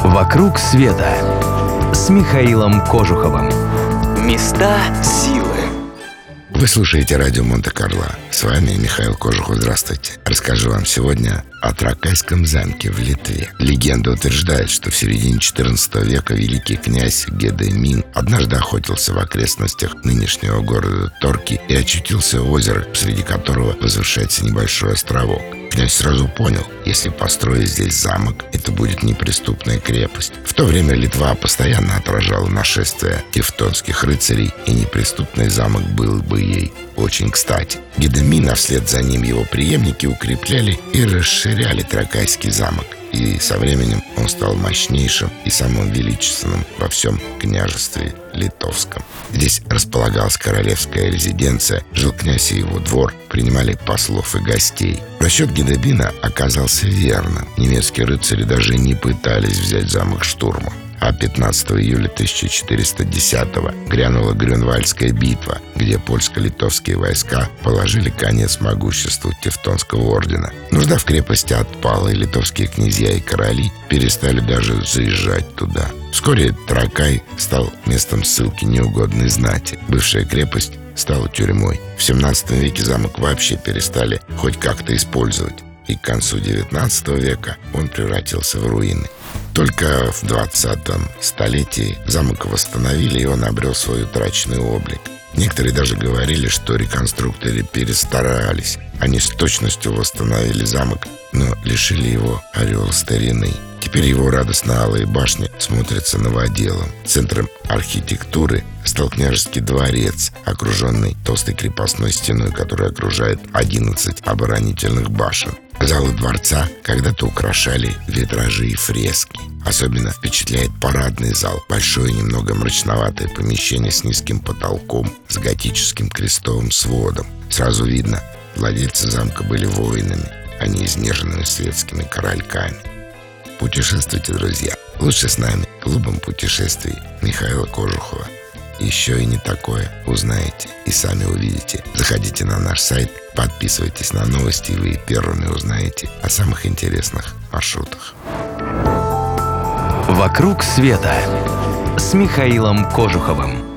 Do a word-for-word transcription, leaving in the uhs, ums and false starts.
«Вокруг света» с Михаилом Кожуховым. Места силы. Вы слушаете радио Монте-Карло. С вами Михаил Кожухов. Здравствуйте. Расскажу вам сегодня о Тракайском замке в Литве. Легенда утверждает, что в середине четырнадцатого века великий князь Гедемин однажды охотился в окрестностях нынешнего города Торки и очутился у озера, среди которого возвышается небольшой островок. Князь сразу понял, если построить здесь замок, это будет неприступная крепость. В то время Литва постоянно отражала нашествия тевтонских рыцарей, и неприступный замок был бы ей очень кстати. Гедемин, а вслед за ним его преемники укрепляли и расширяли Тракайский замок. И со временем он стал мощнейшим и самым величественным во всем княжестве литовском. Здесь располагалась королевская резиденция, жил князь и его двор, принимали послов и гостей. Расчет Гедемина оказался верным. Немецкие рыцари даже не пытались взять замок штурмом. А пятнадцатого июля тысяча четыреста десятого грянула Грюнвальдская битва, где польско-литовские войска положили конец могуществу Тевтонского ордена. Нужда в крепости отпала, и литовские князья и короли перестали даже заезжать туда. Вскоре Тракай стал местом ссылки неугодной знати. Бывшая крепость стала тюрьмой. В семнадцатом веке замок вообще перестали хоть как-то использовать, и к концу девятнадцатого века он превратился в руины. Только в двадцатом столетии замок восстановили, и он обрел свой утраченный облик. Некоторые даже говорили, что реконструкторы перестарались. Они с точностью восстановили замок, но лишили его ореола старины. Теперь его радостно-алые башни смотрятся новоделом. Центром архитектуры стал княжеский дворец, окруженный толстой крепостной стеной, которая окружает одиннадцать оборонительных башен. Залы дворца когда-то украшали витражи и фрески. Особенно впечатляет парадный зал. Большое, немного мрачноватое помещение с низким потолком, с готическим крестовым сводом. Сразу видно, владельцы замка были воинами, а не изнеженными светскими корольками. Путешествуйте, друзья. Лучше с нами, клубом путешествий Михаила Кожухова. Еще и не такое узнаете и сами увидите. Заходите на наш сайт, подписывайтесь на новости, и вы первыми узнаете о самых интересных маршрутах. «Вокруг света» с Михаилом Кожуховым.